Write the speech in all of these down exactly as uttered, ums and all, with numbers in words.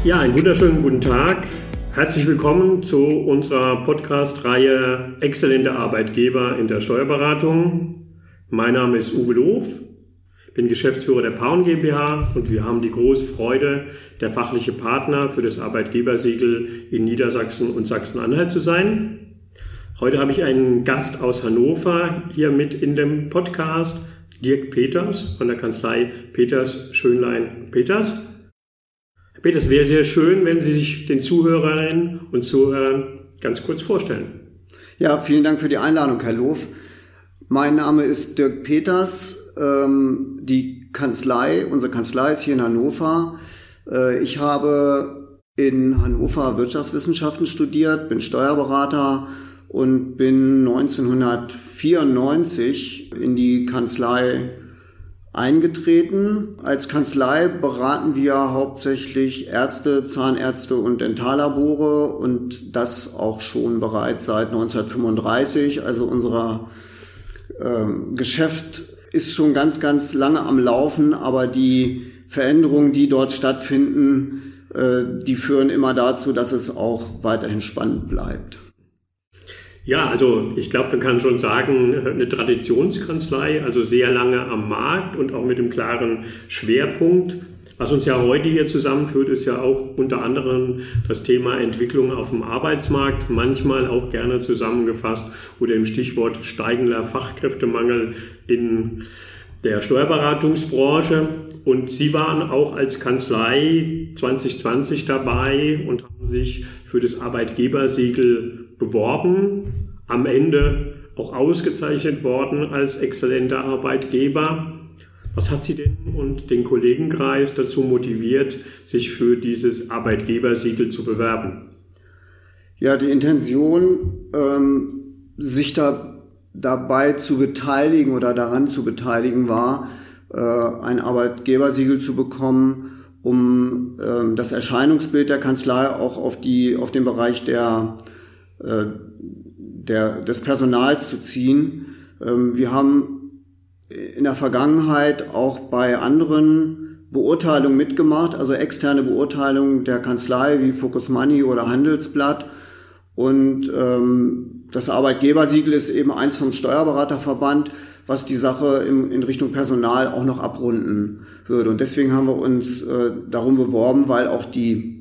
Ja, einen wunderschönen guten Tag. Herzlich willkommen zu unserer Podcast-Reihe Exzellente Arbeitgeber in der Steuerberatung. Mein Name ist Uwe Loof, bin Geschäftsführer der Pauen GmbH und wir haben die große Freude, der fachliche Partner für das Arbeitgebersiegel in Niedersachsen und Sachsen-Anhalt zu sein. Heute habe ich einen Gast aus Hannover hier mit in dem Podcast, Dirk Peters von der Kanzlei Peters, Schönlein, Peters. Herr Peters, wäre sehr schön, wenn Sie sich den Zuhörerinnen und Zuhörern ganz kurz vorstellen. Ja, vielen Dank für die Einladung, Herr Loof. Mein Name ist Dirk Peters. Ähm, die Kanzlei, unsere Kanzlei ist hier in Hannover. Äh, ich habe in Hannover Wirtschaftswissenschaften studiert, bin Steuerberater und bin neunzehnhundertvierundneunzig in die Kanzlei eingetreten. Als Kanzlei beraten wir hauptsächlich Ärzte, Zahnärzte und Dentallabore und das auch schon bereits seit neunzehnhundertfünfunddreißig. Also unser ähm, Geschäft ist schon ganz, ganz lange am Laufen, aber die Veränderungen, die dort stattfinden, äh, die führen immer dazu, dass es auch weiterhin spannend bleibt. Ja, also ich glaube, man kann schon sagen, eine Traditionskanzlei, also sehr lange am Markt und auch mit einem klaren Schwerpunkt. Was uns ja heute hier zusammenführt, ist ja auch unter anderem das Thema Entwicklung auf dem Arbeitsmarkt, manchmal auch gerne zusammengefasst unter dem Stichwort steigender Fachkräftemangel in der Steuerberatungsbranche. Und Sie waren auch als Kanzlei zwanzig zwanzig dabei und haben sich für das Arbeitgebersiegel beworben, am Ende auch ausgezeichnet worden als exzellenter Arbeitgeber. Was hat Sie denn und den Kollegenkreis dazu motiviert, sich für dieses Arbeitgebersiegel zu bewerben? Ja, die Intention, ähm, sich da dabei zu beteiligen oder daran zu beteiligen, war, äh, ein Arbeitgebersiegel zu bekommen, um äh, das Erscheinungsbild der Kanzlei auch auf die auf den Bereich der Der, des Personals zu ziehen. Wir haben in der Vergangenheit auch bei anderen Beurteilungen mitgemacht, also externe Beurteilungen der Kanzlei wie Focus Money oder Handelsblatt. Und ähm, das Arbeitgebersiegel ist eben eins vom Steuerberaterverband, was die Sache in, in Richtung Personal auch noch abrunden würde. Und deswegen haben wir uns äh, darum beworben, weil auch die,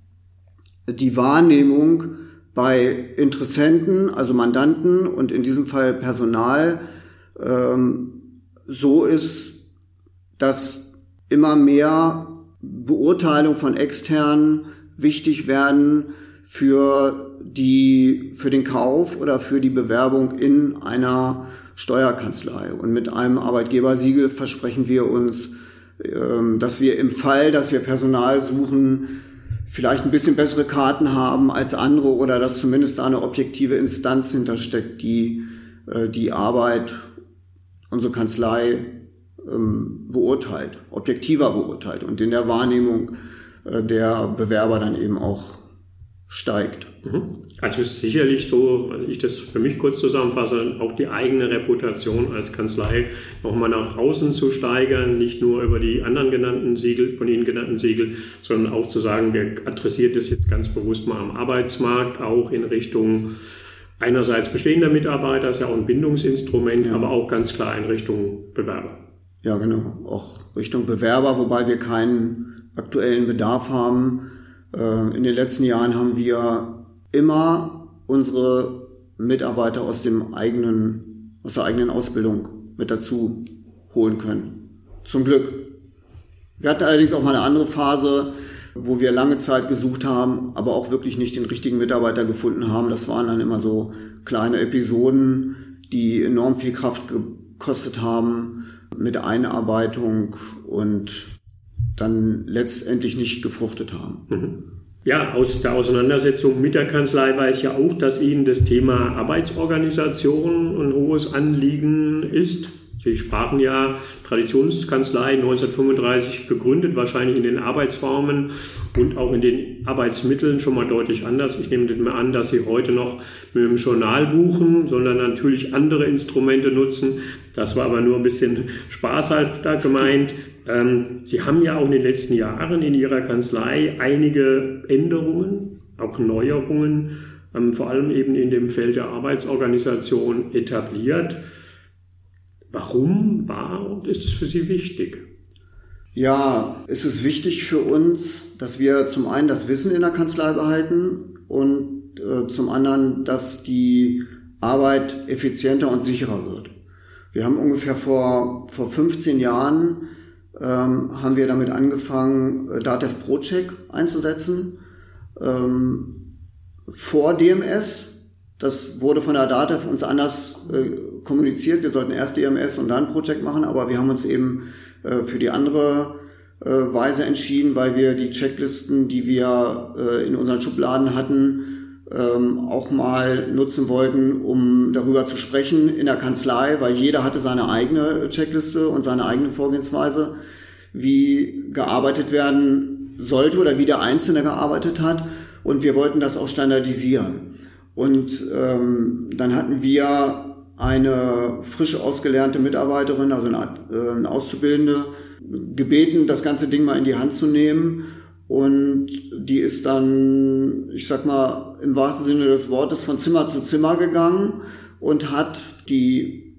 die Wahrnehmung bei Interessenten, also Mandanten und in diesem Fall Personal, ähm, so ist, dass immer mehr Beurteilungen von Externen wichtig werden für die, für den Kauf oder für die Bewerbung in einer Steuerkanzlei. Und mit einem Arbeitgebersiegel versprechen wir uns, ähm, dass wir im Fall, dass wir Personal suchen, vielleicht ein bisschen bessere Karten haben als andere oder dass zumindest da eine objektive Instanz hintersteckt, die äh, die Arbeit unserer Kanzlei ähm, beurteilt, objektiver beurteilt und in der Wahrnehmung äh, der Bewerber dann eben auch steigt. Also es ist sicherlich so, wenn ich das für mich kurz zusammenfasse, auch die eigene Reputation als Kanzlei nochmal nach außen zu steigern, nicht nur über die anderen genannten Siegel, von Ihnen genannten Siegel, sondern auch zu sagen, wir adressieren das jetzt ganz bewusst mal am Arbeitsmarkt, auch in Richtung einerseits bestehender Mitarbeiter, das ist ja auch ein Bindungsinstrument, ja, aber auch ganz klar in Richtung Bewerber. Ja, genau, auch Richtung Bewerber, wobei wir keinen aktuellen Bedarf haben. In den letzten Jahren haben wir immer unsere Mitarbeiter aus dem eigenen, aus der eigenen Ausbildung mit dazu holen können. Zum Glück. Wir hatten allerdings auch mal eine andere Phase, wo wir lange Zeit gesucht haben, aber auch wirklich nicht den richtigen Mitarbeiter gefunden haben. Das waren dann immer so kleine Episoden, die enorm viel Kraft gekostet haben mit Einarbeitung und dann letztendlich nicht gefruchtet haben. Ja, aus der Auseinandersetzung mit der Kanzlei weiß ja auch, dass Ihnen das Thema Arbeitsorganisation ein hohes Anliegen ist. Sie sprachen ja Traditionskanzlei neunzehnhundertfünfunddreißig gegründet, wahrscheinlich in den Arbeitsformen und auch in den Arbeitsmitteln schon mal deutlich anders. Ich nehme mal an, dass Sie heute noch mit dem Journal buchen, sondern natürlich andere Instrumente nutzen. Das war aber nur ein bisschen spaßhalber gemeint. Ähm, Sie haben ja auch in den letzten Jahren in Ihrer Kanzlei einige Änderungen, auch Neuerungen, ähm, vor allem eben in dem Feld der Arbeitsorganisation etabliert. Warum war und ist es für Sie wichtig? Ja, es ist wichtig für uns, dass wir zum einen das Wissen in der Kanzlei behalten und äh, zum anderen, dass die Arbeit effizienter und sicherer wird. Wir haben ungefähr vor, vor fünfzehn Jahren ähm, haben wir damit angefangen, äh, Datev ProCheck einzusetzen, ähm, vor D M S. Das wurde von der Datev uns anders äh, kommuniziert. Wir sollten erst D M S und dann ProCheck machen, aber wir haben uns eben äh, für die andere äh, Weise entschieden, weil wir die Checklisten, die wir äh, in unseren Schubladen hatten, ähm, auch mal nutzen wollten, um darüber zu sprechen in der Kanzlei, weil jeder hatte seine eigene Checkliste und seine eigene Vorgehensweise, wie gearbeitet werden sollte oder wie der Einzelne gearbeitet hat. Und wir wollten das auch standardisieren. Und ähm, dann hatten wir eine frisch ausgelernte Mitarbeiterin, also eine, Art, äh, eine Auszubildende, gebeten, das ganze Ding mal in die Hand zu nehmen. Und die ist dann, ich sag mal, im wahrsten Sinne des Wortes von Zimmer zu Zimmer gegangen und hat die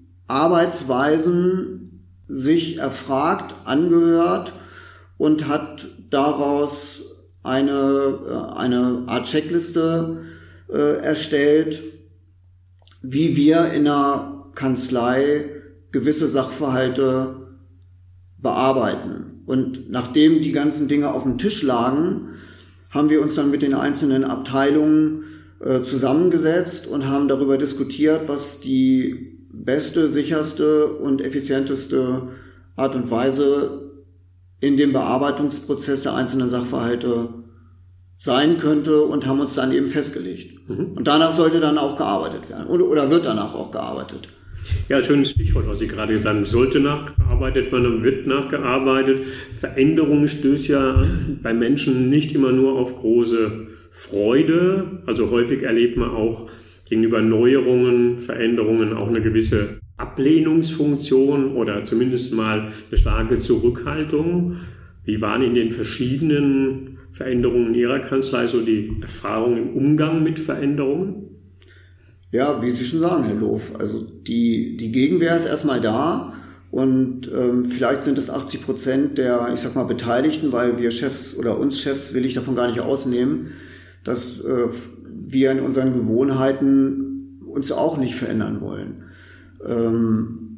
Arbeitsweisen sich erfragt, angehört und hat daraus eine, eine Art Checkliste äh, erstellt, wie wir in einer Kanzlei gewisse Sachverhalte bearbeiten. Und nachdem die ganzen Dinge auf dem Tisch lagen, haben wir uns dann mit den einzelnen Abteilungen äh, zusammengesetzt und haben darüber diskutiert, was die beste, sicherste und effizienteste Art und Weise in dem Bearbeitungsprozess der einzelnen Sachverhalte sein könnte und haben uns dann eben festgelegt. Mhm. Und danach sollte dann auch gearbeitet werden oder, oder wird danach auch gearbeitet. Ja, schönes Stichwort, was Sie gerade gesagt haben. Sollte nachgearbeitet werden, wird nachgearbeitet. Veränderung stößt ja bei Menschen nicht immer nur auf große Freude. Also häufig erlebt man auch gegenüber Neuerungen, Veränderungen auch eine gewisse Ablehnungsfunktion oder zumindest mal eine starke Zurückhaltung. Wie waren in den verschiedenen Veränderungen in Ihrer Kanzlei so die Erfahrungen im Umgang mit Veränderungen? Ja, wie Sie schon sagen, Herr Loof, also die, die Gegenwehr ist erstmal da und ähm, vielleicht sind es achtzig Prozent der, ich sag mal, Beteiligten, weil wir Chefs oder uns Chefs will ich davon gar nicht ausnehmen, dass äh, wir in unseren Gewohnheiten uns auch nicht verändern wollen. Ähm,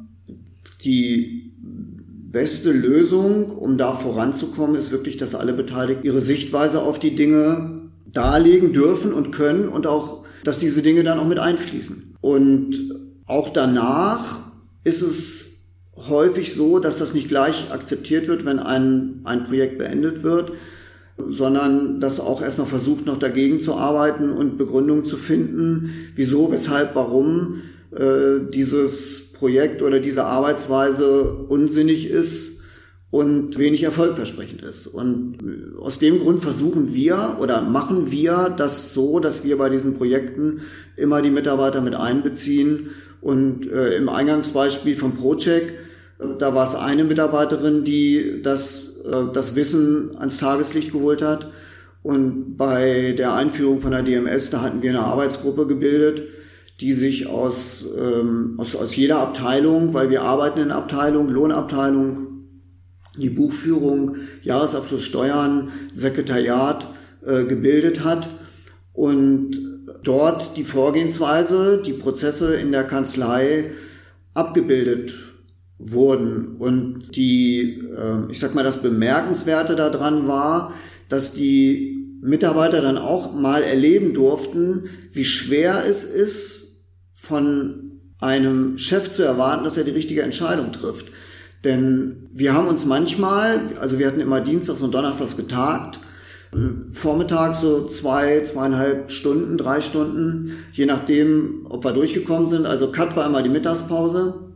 die beste Lösung, um da voranzukommen, ist wirklich, dass alle Beteiligten ihre Sichtweise auf die Dinge darlegen dürfen und können und auch dass diese Dinge dann auch mit einfließen. Und auch danach ist es häufig so, dass das nicht gleich akzeptiert wird, wenn ein, ein Projekt beendet wird, sondern dass auch erstmal versucht, noch dagegen zu arbeiten und Begründungen zu finden, wieso, weshalb, warum äh, dieses Projekt oder diese Arbeitsweise unsinnig ist und wenig erfolgversprechend ist. Und aus dem Grund versuchen wir oder machen wir das so, dass wir bei diesen Projekten immer die Mitarbeiter mit einbeziehen. Und äh, im Eingangsbeispiel vom ProCheck, äh, da war es eine Mitarbeiterin, die das, äh, das Wissen ans Tageslicht geholt hat. Und bei der Einführung von der D M S, da hatten wir eine Arbeitsgruppe gebildet, die sich aus, ähm, aus, aus jeder Abteilung, weil wir arbeiten in Abteilung, Lohnabteilung, die Buchführung, Jahresabschluss, Steuern, Sekretariat äh, gebildet hat und dort die Vorgehensweise, die Prozesse in der Kanzlei abgebildet wurden. Und die, äh, ich sag mal, das Bemerkenswerte daran war, dass die Mitarbeiter dann auch mal erleben durften, wie schwer es ist, von einem Chef zu erwarten, dass er die richtige Entscheidung trifft. Denn wir haben uns manchmal, also wir hatten immer dienstags und donnerstags getagt, vormittags so zwei, zweieinhalb Stunden, drei Stunden, je nachdem, ob wir durchgekommen sind. Also Cut war immer die Mittagspause.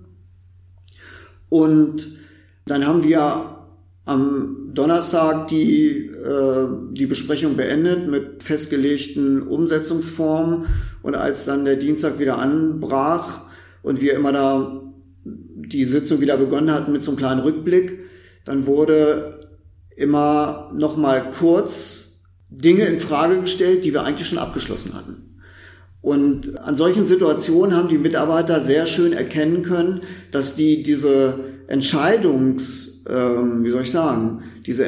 Und dann haben wir am Donnerstag die, äh, die Besprechung beendet mit festgelegten Umsetzungsformen. Und als dann der Dienstag wieder anbrach und wir immer da die Sitzung wieder begonnen hatten mit so einem kleinen Rückblick, dann wurde immer noch mal kurz Dinge in Frage gestellt, die wir eigentlich schon abgeschlossen hatten. Und an solchen Situationen haben die Mitarbeiter sehr schön erkennen können, dass die diese Entscheidungs, ähm, wie soll ich sagen, diese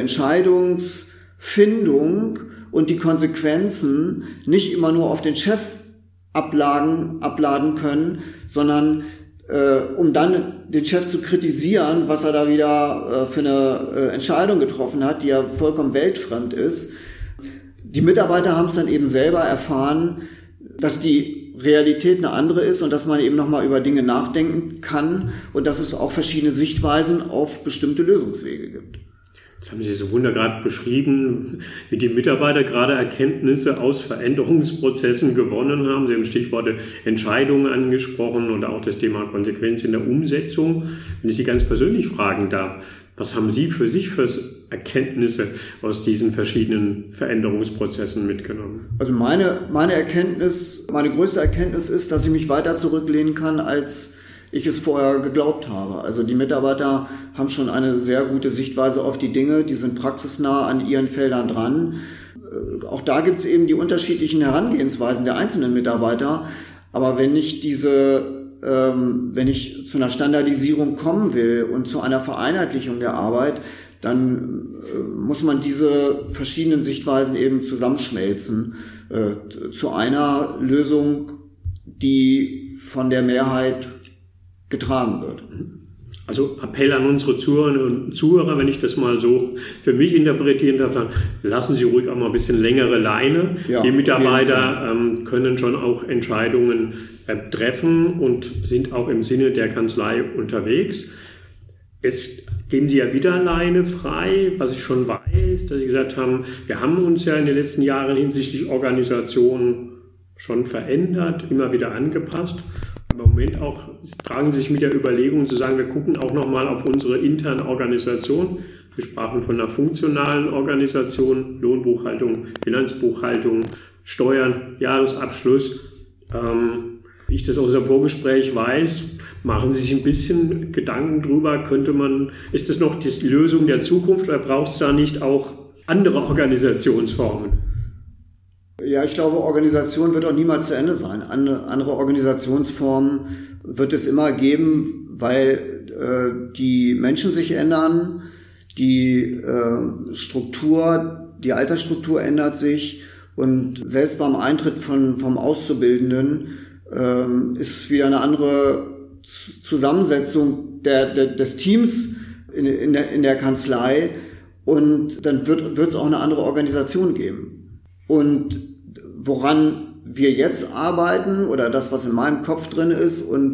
Entscheidungsfindung und die Konsequenzen nicht immer nur auf den Chef abladen, abladen können, sondern äh, um dann den Chef zu kritisieren, was er da wieder äh, für eine äh, Entscheidung getroffen hat, die ja vollkommen weltfremd ist. Die Mitarbeiter haben es dann eben selber erfahren, dass die Realität eine andere ist und dass man eben nochmal über Dinge nachdenken kann und dass es auch verschiedene Sichtweisen auf bestimmte Lösungswege gibt. Das haben Sie so wunderbar beschrieben, wie die Mitarbeiter gerade Erkenntnisse aus Veränderungsprozessen gewonnen haben. Sie haben Stichworte Entscheidungen angesprochen und auch das Thema Konsequenz in der Umsetzung. Wenn ich Sie ganz persönlich fragen darf, was haben Sie für sich für Erkenntnisse aus diesen verschiedenen Veränderungsprozessen mitgenommen? Also meine, meine Erkenntnis, meine größte Erkenntnis ist, dass ich mich weiter zurücklehnen kann, als ich es vorher geglaubt habe. Also die Mitarbeiter haben schon eine sehr gute Sichtweise auf die Dinge, die sind praxisnah an ihren Feldern dran. Auch da gibt es eben die unterschiedlichen Herangehensweisen der einzelnen Mitarbeiter. Aber wenn ich diese, ähm, wenn ich zu einer Standardisierung kommen will und zu einer Vereinheitlichung der Arbeit, dann äh, muss man diese verschiedenen Sichtweisen eben zusammenschmelzen äh, zu einer Lösung, die von der Mehrheit getragen wird. Also Appell an unsere Zuhörerinnen und Zuhörer, wenn ich das mal so für mich interpretieren darf, dann lassen Sie ruhig auch mal ein bisschen längere Leine. Ja, die Mitarbeiter ähm, können schon auch Entscheidungen äh, treffen und sind auch im Sinne der Kanzlei unterwegs. Jetzt geben Sie ja wieder Leine frei, was ich schon weiß, dass Sie gesagt haben, wir haben uns ja in den letzten Jahren hinsichtlich Organisation schon verändert, immer wieder angepasst. Im Moment auch tragen Sie sich mit der Überlegung zu sagen, wir gucken auch nochmal auf unsere interne Organisation. Wir sprachen von einer funktionalen Organisation, Lohnbuchhaltung, Finanzbuchhaltung, Steuern, Jahresabschluss. Ähm, wie ich das aus unserem Vorgespräch weiß, machen Sie sich ein bisschen Gedanken drüber, könnte man, ist das noch die Lösung der Zukunft oder braucht es da nicht auch andere Organisationsformen? Ja, ich glaube, Organisation wird auch niemals zu Ende sein. Andere Organisationsformen wird es immer geben, weil äh, die Menschen sich ändern, die äh, Struktur, die Altersstruktur ändert sich und selbst beim Eintritt von, vom Auszubildenden äh, ist wieder eine andere Zusammensetzung der, der, des Teams in, in, der, in der Kanzlei und dann wird wird es auch eine andere Organisation geben. Und woran wir jetzt arbeiten oder das, was in meinem Kopf drin ist und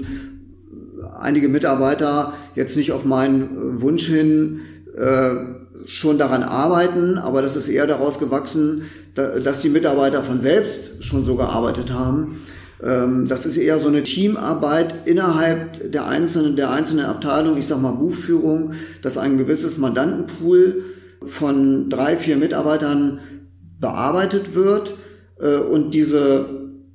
einige Mitarbeiter jetzt nicht auf meinen Wunsch hin äh, schon daran arbeiten, aber das ist eher daraus gewachsen, da, dass die Mitarbeiter von selbst schon so gearbeitet haben. Ähm, das ist eher so eine Teamarbeit innerhalb der einzelnen, der einzelnen Abteilung, ich sag mal Buchführung, dass ein gewisses Mandantenpool von drei, vier Mitarbeitern bearbeitet wird, und diese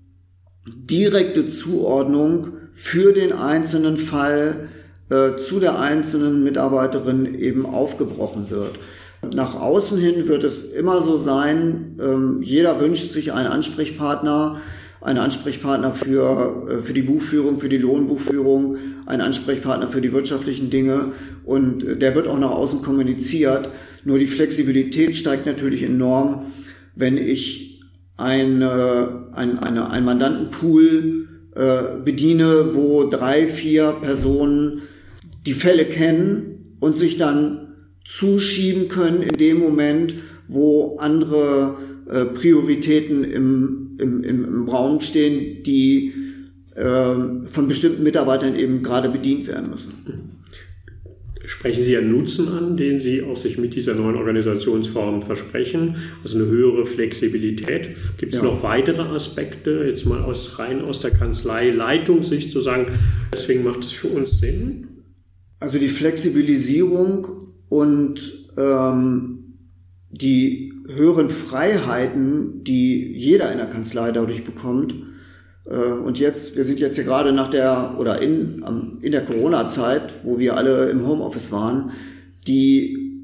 direkte Zuordnung für den einzelnen Fall äh, zu der einzelnen Mitarbeiterin eben aufgebrochen wird. Nach außen hin wird es immer so sein, ähm, jeder wünscht sich einen Ansprechpartner, einen Ansprechpartner für, äh, für die Buchführung, für die Lohnbuchführung, einen Ansprechpartner für die wirtschaftlichen Dinge und äh, der wird auch nach außen kommuniziert. Nur die Flexibilität steigt natürlich enorm, wenn ich Eine, ein, eine, ein Mandantenpool äh, bediene, wo drei, vier Personen die Fälle kennen und sich dann zuschieben können in dem Moment, wo andere äh, Prioritäten im, im, im, im Raum stehen, die äh, von bestimmten Mitarbeitern eben gerade bedient werden müssen. Sprechen Sie einen Nutzen an, den Sie auch sich mit dieser neuen Organisationsform versprechen, also eine höhere Flexibilität. Gibt es ja noch weitere Aspekte, jetzt mal aus, rein aus der Kanzlei-Leitungssicht zu sagen, deswegen macht es für uns Sinn? Also die Flexibilisierung und ähm, die höheren Freiheiten, die jeder in der Kanzlei dadurch bekommt, und jetzt, wir sind jetzt hier gerade nach der, oder in, in der Corona-Zeit, wo wir alle im Homeoffice waren, die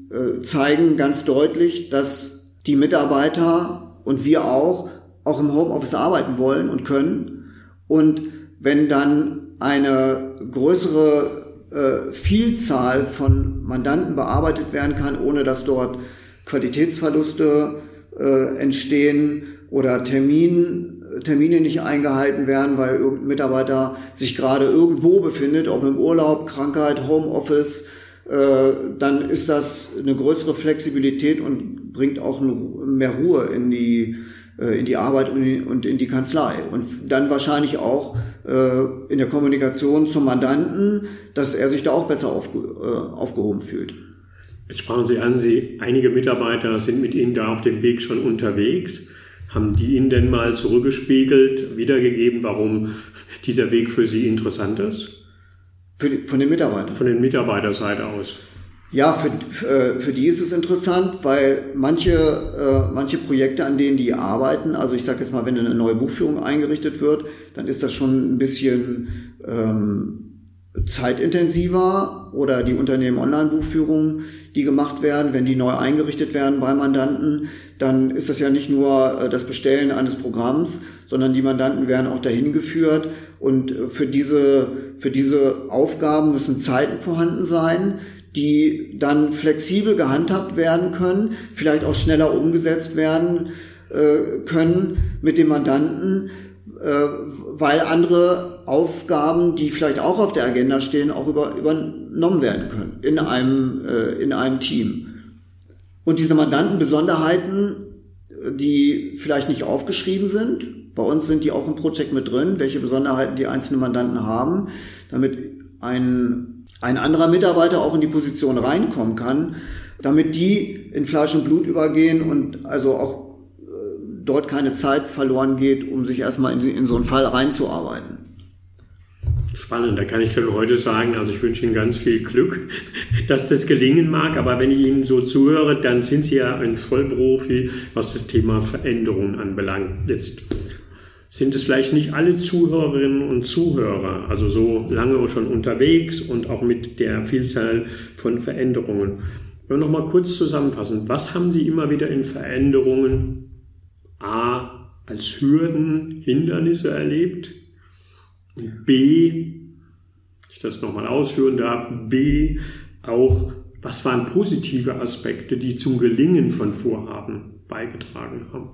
äh, zeigen ganz deutlich, dass die Mitarbeiter und wir auch, auch im Homeoffice arbeiten wollen und können. Und wenn dann eine größere äh, Vielzahl von Mandanten bearbeitet werden kann, ohne dass dort Qualitätsverluste äh, entstehen oder Termin, Termine nicht eingehalten werden, weil irgendein Mitarbeiter sich gerade irgendwo befindet, ob im Urlaub, Krankheit, Homeoffice, äh, dann ist das eine größere Flexibilität und bringt auch mehr Ruhe in die, äh, in die Arbeit und in, und in die Kanzlei. Und dann wahrscheinlich auch äh, in der Kommunikation zum Mandanten, dass er sich da auch besser aufge, äh, aufgehoben fühlt. Jetzt sprachen Sie an, Sie, einige Mitarbeiter sind mit Ihnen da auf dem Weg schon unterwegs. Haben die Ihnen denn mal zurückgespiegelt, wiedergegeben, warum dieser Weg für Sie interessant ist? Für die, von den Mitarbeitern? Von den Mitarbeiterseite aus. Ja, für, für, für die ist es interessant, weil manche, äh, manche Projekte, an denen die arbeiten, also ich sage jetzt mal, wenn eine neue Buchführung eingerichtet wird, dann ist das schon ein bisschen ähm, zeitintensiver, oder die Unternehmen-Online-Buchführungen, die gemacht werden, wenn die neu eingerichtet werden bei Mandanten, dann ist das ja nicht nur das Bestellen eines Programms, sondern die Mandanten werden auch dahin geführt, und für diese, für diese Aufgaben müssen Zeiten vorhanden sein, die dann flexibel gehandhabt werden können, vielleicht auch schneller umgesetzt werden äh, können mit dem Mandanten, äh, weil andere Aufgaben, die vielleicht auch auf der Agenda stehen, auch über, übernommen werden können in einem, äh, in einem Team. Und diese Mandantenbesonderheiten, die vielleicht nicht aufgeschrieben sind, bei uns sind die auch im Projekt mit drin, welche Besonderheiten die einzelnen Mandanten haben, damit ein, ein anderer Mitarbeiter auch in die Position reinkommen kann, damit die in Fleisch und Blut übergehen und also auch äh, dort keine Zeit verloren geht, um sich erstmal in, in so einen Fall reinzuarbeiten. Spannend, da kann ich schon heute sagen, also ich wünsche Ihnen ganz viel Glück, dass das gelingen mag, aber wenn ich Ihnen so zuhöre, dann sind Sie ja ein Vollprofi, was das Thema Veränderungen anbelangt. Jetzt sind es vielleicht nicht alle Zuhörerinnen und Zuhörer, also so lange schon unterwegs und auch mit der Vielzahl von Veränderungen. Ich will noch mal kurz zusammenfassen, was haben Sie immer wieder in Veränderungen A als Hürden, Hindernisse erlebt? Und B, wenn ich das nochmal ausführen darf, B, auch, was waren positive Aspekte, die zum Gelingen von Vorhaben beigetragen haben?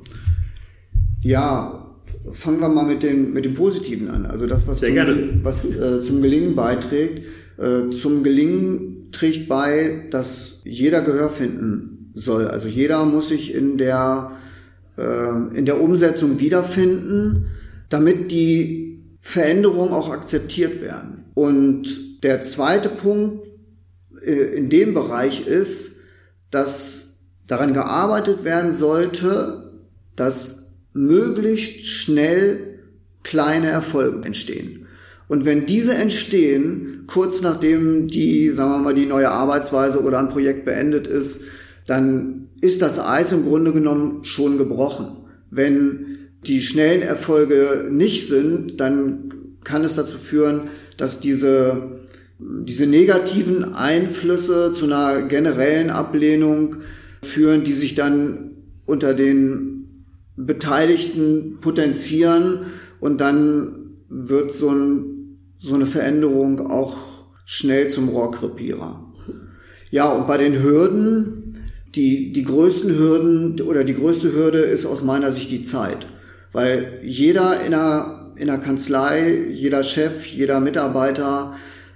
Ja, fangen wir mal mit dem, mit dem Positiven an. Also das, was, zum, was äh, zum Gelingen beiträgt. Äh, zum Gelingen trägt bei, dass jeder Gehör finden soll. Also jeder muss sich in der, äh, in der Umsetzung wiederfinden, damit die Veränderungen auch akzeptiert werden. Und der zweite Punkt äh, in dem Bereich ist, dass daran gearbeitet werden sollte, dass möglichst schnell kleine Erfolge entstehen. Und wenn diese entstehen, kurz nachdem die, sagen wir mal, die neue Arbeitsweise oder ein Projekt beendet ist, dann ist das Eis im Grunde genommen schon gebrochen. Wenn die schnellen Erfolge nicht sind, dann kann es dazu führen, dass diese, diese negativen Einflüsse zu einer generellen Ablehnung führen, die sich dann unter den Beteiligten potenzieren, und dann wird so, ein, so eine Veränderung auch schnell zum Rohrkrepierer. Ja, und bei den Hürden, die, die größten Hürden oder die größte Hürde ist aus meiner Sicht die Zeit. Weil jeder in einer, in einer Kanzlei, jeder Chef, jeder Mitarbeiter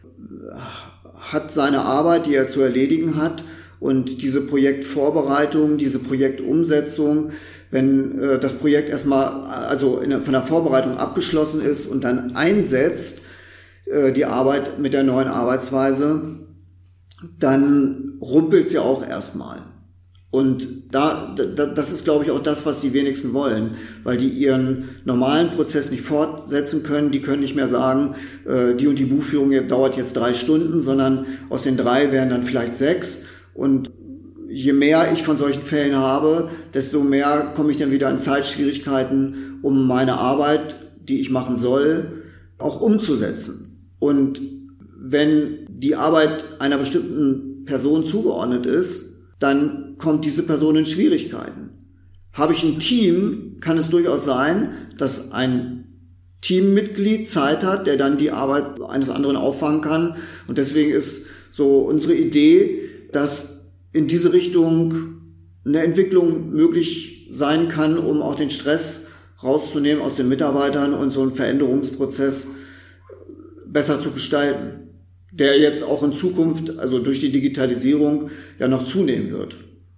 hat seine Arbeit, die er zu erledigen hat, und diese Projektvorbereitung, diese Projektumsetzung, wenn äh, das Projekt erstmal also in, von der Vorbereitung abgeschlossen ist und dann einsetzt, äh, die Arbeit mit der neuen Arbeitsweise, dann rumpelt sie auch erstmal. Und da, da, das ist, glaube ich, auch das, was die wenigsten wollen, weil die ihren normalen Prozess nicht fortsetzen können. Die können nicht mehr sagen, äh, die und die Buchführung dauert jetzt drei Stunden, sondern aus den drei wären dann vielleicht sechs. Und je mehr ich von solchen Fällen habe, desto mehr komme ich dann wieder in Zeitschwierigkeiten, um meine Arbeit, die ich machen soll, auch umzusetzen. Und wenn die Arbeit einer bestimmten Person zugeordnet ist, dann kommt diese Person in Schwierigkeiten. Habe ich ein Team, kann es durchaus sein, dass ein Teammitglied Zeit hat, der dann die Arbeit eines anderen auffangen kann. Und deswegen ist so unsere Idee, dass in diese Richtung eine Entwicklung möglich sein kann, um auch den Stress rauszunehmen aus den Mitarbeitern und so einen Veränderungsprozess besser zu gestalten, der jetzt auch in Zukunft, also durch die Digitalisierung, ja noch zunehmen wird.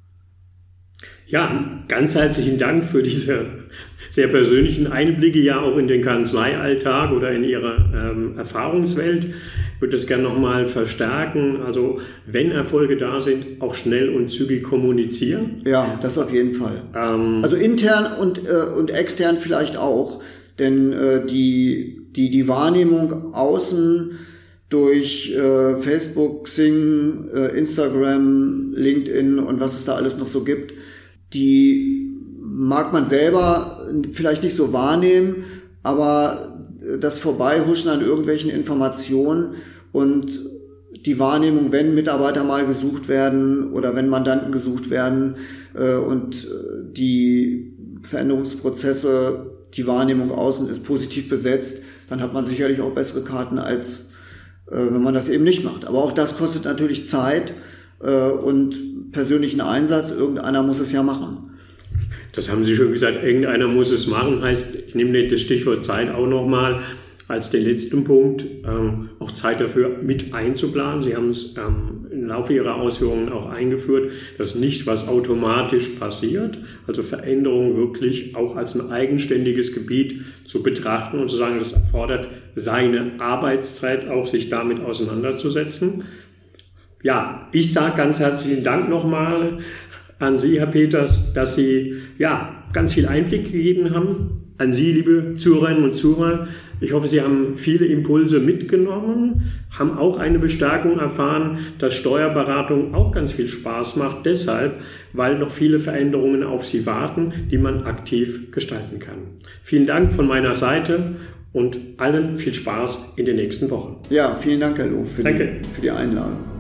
Ja, ganz herzlichen Dank für diese sehr persönlichen Einblicke ja auch in den Kanzleialltag oder in Ihre ähm, Erfahrungswelt. Ich würde das gerne nochmal verstärken. Also wenn Erfolge da sind, auch schnell und zügig kommunizieren. Ja, das auf jeden Fall. Ähm, also intern und, äh, und extern vielleicht auch. Denn äh, die, die, die Wahrnehmung außen durch äh, Facebook, Xing, äh, Instagram, LinkedIn und was es da alles noch so gibt, die mag man selber vielleicht nicht so wahrnehmen, aber das Vorbeihuschen an irgendwelchen Informationen und die Wahrnehmung, wenn Mitarbeiter mal gesucht werden oder wenn Mandanten gesucht werden äh, und die Veränderungsprozesse, die Wahrnehmung außen ist positiv besetzt, dann hat man sicherlich auch bessere Karten, als äh, wenn man das eben nicht macht. Aber auch das kostet natürlich Zeit äh, und persönlichen Einsatz. Irgendeiner muss es ja machen. Das haben Sie schon gesagt, irgendeiner muss es machen, heißt, ich nehme das Stichwort Zeit auch nochmal als den letzten Punkt, ähm, auch Zeit dafür mit einzuplanen. Sie haben es ähm, im Laufe Ihrer Ausführungen auch eingeführt, dass nicht was automatisch passiert, also Veränderung wirklich auch als ein eigenständiges Gebiet zu betrachten und zu sagen, das erfordert seine Arbeitszeit auch, sich damit auseinanderzusetzen. Ja, ich sage ganz herzlichen Dank nochmal an Sie, Herr Peters, dass Sie ja ganz viel Einblick gegeben haben. An Sie, liebe Zuhörerinnen und Zuhörer. Ich hoffe, Sie haben viele Impulse mitgenommen, haben auch eine Bestärkung erfahren, dass Steuerberatung auch ganz viel Spaß macht. Deshalb, weil noch viele Veränderungen auf Sie warten, die man aktiv gestalten kann. Vielen Dank von meiner Seite und allen viel Spaß in den nächsten Wochen. Ja, vielen Dank, Herr Loh, für, die, für die Einladung.